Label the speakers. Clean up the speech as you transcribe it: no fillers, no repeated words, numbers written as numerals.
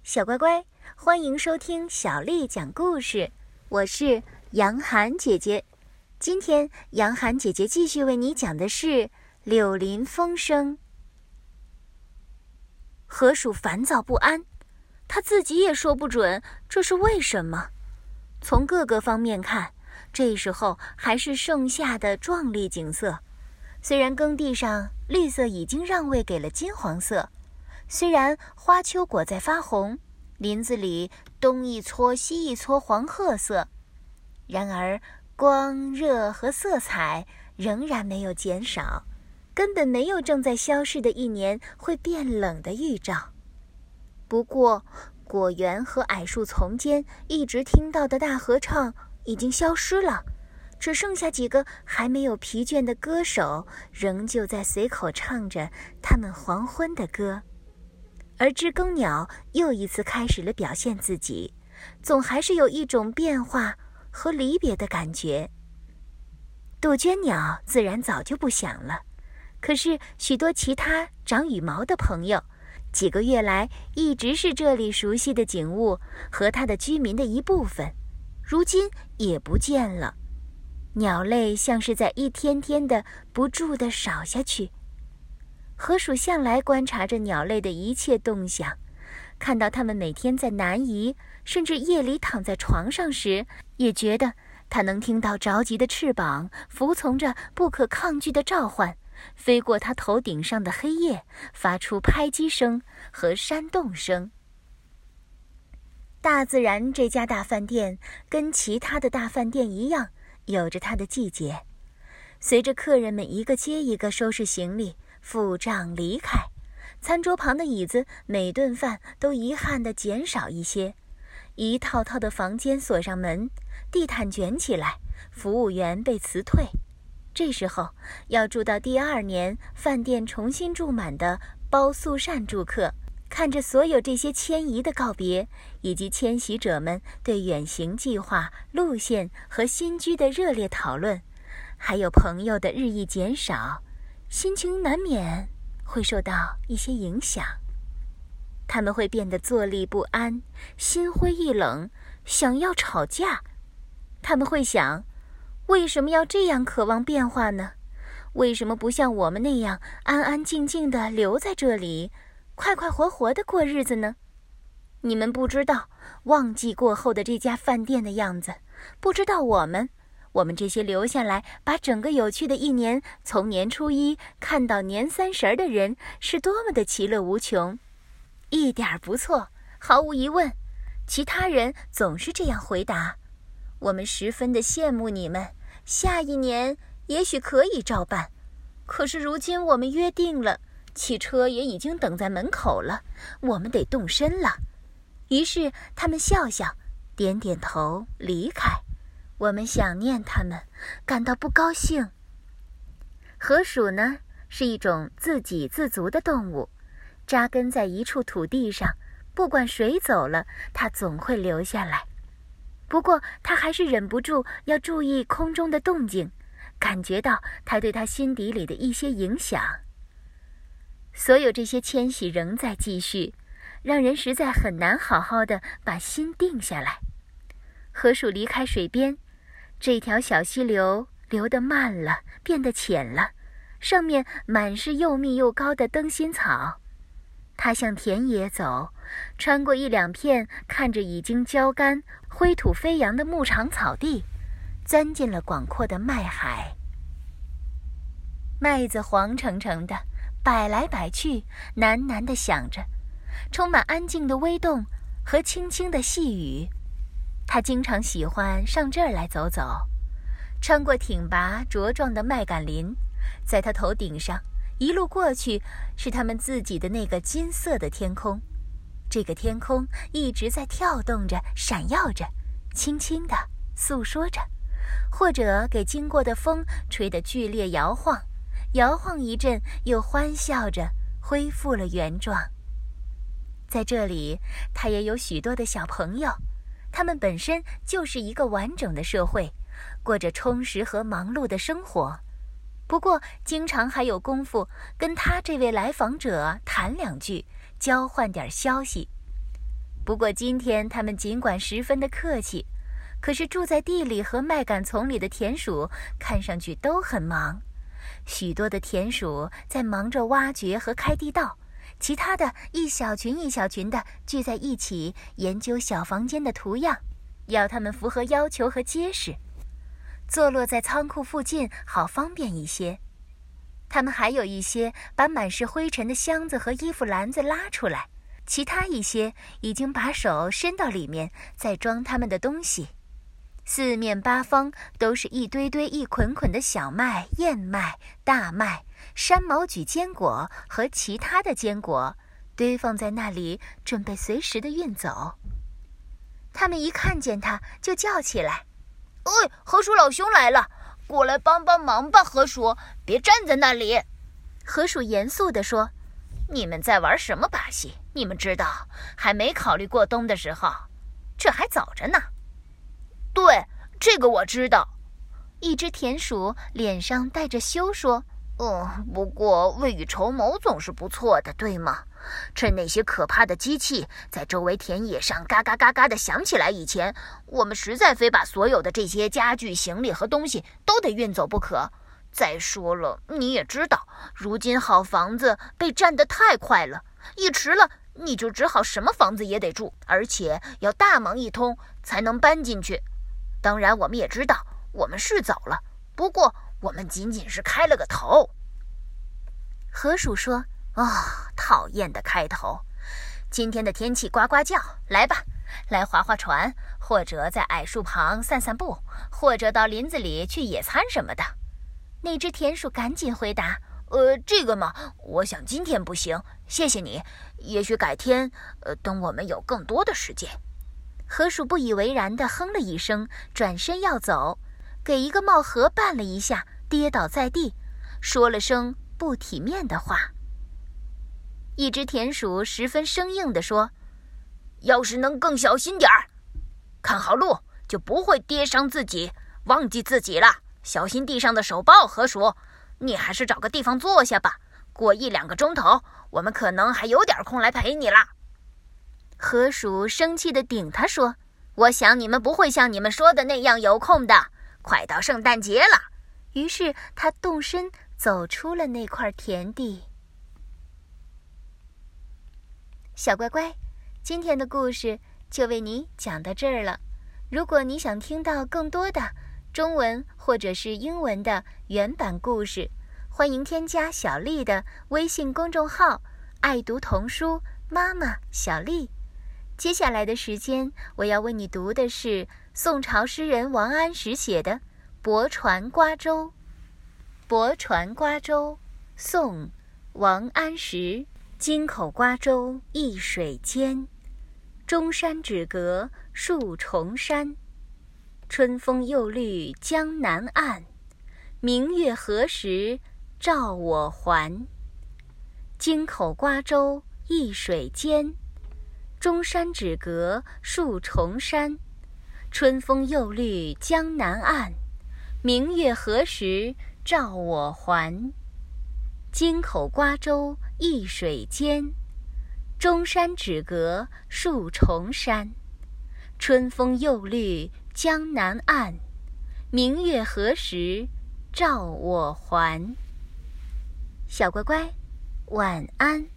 Speaker 1: 小乖乖，欢迎收听小丽讲故事，我是杨涵姐姐。今天杨涵姐姐继续为你讲的是柳林风声。河鼠烦躁不安，他自己也说不准这是为什么。从各个方面看，这时候还是盛夏的壮丽景色。虽然耕地上绿色已经让位给了金黄色，虽然花秋果在发红，林子里东一撮西一撮黄褐色，然而光、热和色彩仍然没有减少，根本没有正在消逝的一年会变冷的预兆。不过果园和矮树丛间一直听到的大合唱已经消失了，只剩下几个还没有疲倦的歌手仍旧在随口唱着他们黄昏的歌。而知更鸟又一次开始了表现自己，总还是有一种变化和离别的感觉。杜鹃鸟自然早就不响了，可是许多其他长羽毛的朋友，几个月来一直是这里熟悉的景物和它的居民的一部分，如今也不见了。鸟类像是在一天天的不住地少下去。河鼠向来观察着鸟类的一切动向，看到它们每天在南移，甚至夜里躺在床上时，也觉得它能听到着急的翅膀服从着不可抗拒的召唤，飞过它头顶上的黑夜，发出拍击声和扇动声。大自然这家大饭店跟其他的大饭店一样，有着它的季节。随着客人们一个接一个收拾行李付账离开，餐桌旁的椅子每顿饭都遗憾地减少一些，一套套的房间锁上门，地毯卷起来，服务员被辞退。这时候要住到第二年饭店重新住满的包素善住客，看着所有这些迁移的告别，以及迁徙者们对远行计划、路线和新居的热烈讨论，还有朋友的日益减少，心情难免会受到一些影响。他们会变得坐立不安，心灰意冷，想要吵架。他们会想，为什么要这样渴望变化呢？为什么不像我们那样安安静静地留在这里，快快活活地过日子呢？你们不知道旺季过后的这家饭店的样子，不知道我们这些留下来把整个有趣的一年从年初一看到年30的人是多么的其乐无穷。一点不错，毫无疑问，其他人总是这样回答。我们十分的羡慕你们，下一年也许可以照办。可是如今我们约定了，汽车也已经等在门口了，我们得动身了。于是他们笑笑，点点头，离开。我们想念他们，感到不高兴。河鼠呢，是一种自给自足的动物，扎根在一处土地上，不管谁走了，它总会留下来。不过它还是忍不住要注意空中的动静，感觉到它对它心底里的一些影响。所有这些迁徙仍在继续，让人实在很难好好的把心定下来。河鼠离开水边，这条小溪流流得慢了，变得浅了，上面满是又密又高的灯芯草。它向田野走，穿过一两片看着已经焦干、灰土飞扬的牧场草地，钻进了广阔的麦海。麦子黄澄澄的，摆来摆去，喃喃地响着，充满安静的微动和轻轻的细语。他经常喜欢上这儿来走走，穿过挺拔茁壮的麦秆林，在他头顶上一路过去是他们自己的那个金色的天空。这个天空一直在跳动着，闪耀着，轻轻地诉说着，或者给经过的风吹得剧烈摇晃，摇晃一阵又欢笑着恢复了原状。在这里，他也有许多的小朋友，他们本身就是一个完整的社会，过着充实和忙碌的生活。不过经常还有功夫跟他这位来访者谈两句，交换点消息。 不过今天他们尽管十分的客气，可是住在地里和麦秆丛里的田鼠看上去都很忙。许多的田鼠在忙着挖掘和开地道，其他的一小群一小群的聚在一起研究小房间的图样，要它们符合要求和结实，坐落在仓库附近好方便一些。他们还有一些把满是灰尘的箱子和衣服篮子拉出来，其他一些已经把手伸到里面再装他们的东西。四面八方都是一堆堆一捆捆的小麦、燕麦、大麦、山毛榉坚果和其他的坚果，堆放在那里，准备随时的运走。他们一看见他就叫起来：“哎，河鼠老兄来了，过来帮帮忙吧，河鼠，别站在那里。”河鼠严肃地说：“你们在玩什么把戏？你们知道还没考虑过冬的时候，这还早着呢。”“对，这个我知道。”一只田鼠脸上带着羞说：“不过未雨绸缪总是不错的，对吗？趁那些可怕的机器在周围田野上嘎嘎嘎嘎地响起来以前，我们实在非把所有的这些家具、行李和东西都得运走不可。再说了，你也知道，如今好房子被占得太快了，一迟了你就只好什么房子也得住，而且要大忙一通才能搬进去。当然我们也知道我们是走了，不过我们仅仅是开了个头。”河鼠说：“讨厌的开头！今天的天气呱呱叫，来吧，来划划船，或者在矮树旁散散步，或者到林子里去野餐什么的。”那只田鼠赶紧回答：“这个嘛，我想今天不行，谢谢你，也许改天，等我们有更多的时间。”河鼠不以为然地哼了一声，转身要走，给一个帽盒绊了一下，跌倒在地，说了声不体面的话。一只田鼠十分生硬地说：“要是能更小心点儿，看好路，就不会跌伤自己，忘记自己了，小心地上的手包。河鼠，你还是找个地方坐下吧，过1-2个钟头，我们可能还有点空来陪你啦。”河鼠生气地顶他说：“我想你们不会像你们说的那样有空的，快到圣诞节了。”于是他动身走出了那块田地。小乖乖，今天的故事就为你讲到这儿了。如果你想听到更多的中文或者是英文的原版故事，欢迎添加小丽的微信公众号“爱读童书妈妈小丽”。接下来的时间，我要为你读的是宋朝诗人王安石写的《泊船瓜洲》。《泊船瓜洲》，宋·王安石。京口瓜洲一水间，中山只隔数重山。春风又绿江南岸，明月何时照我还？京口瓜洲一水间，中山只隔数重山。春风又绿江南岸，明月何时照我还？京口瓜洲一水间，中山只隔数重山。春风又绿江南岸，明月何时照我还？小乖乖，晚安。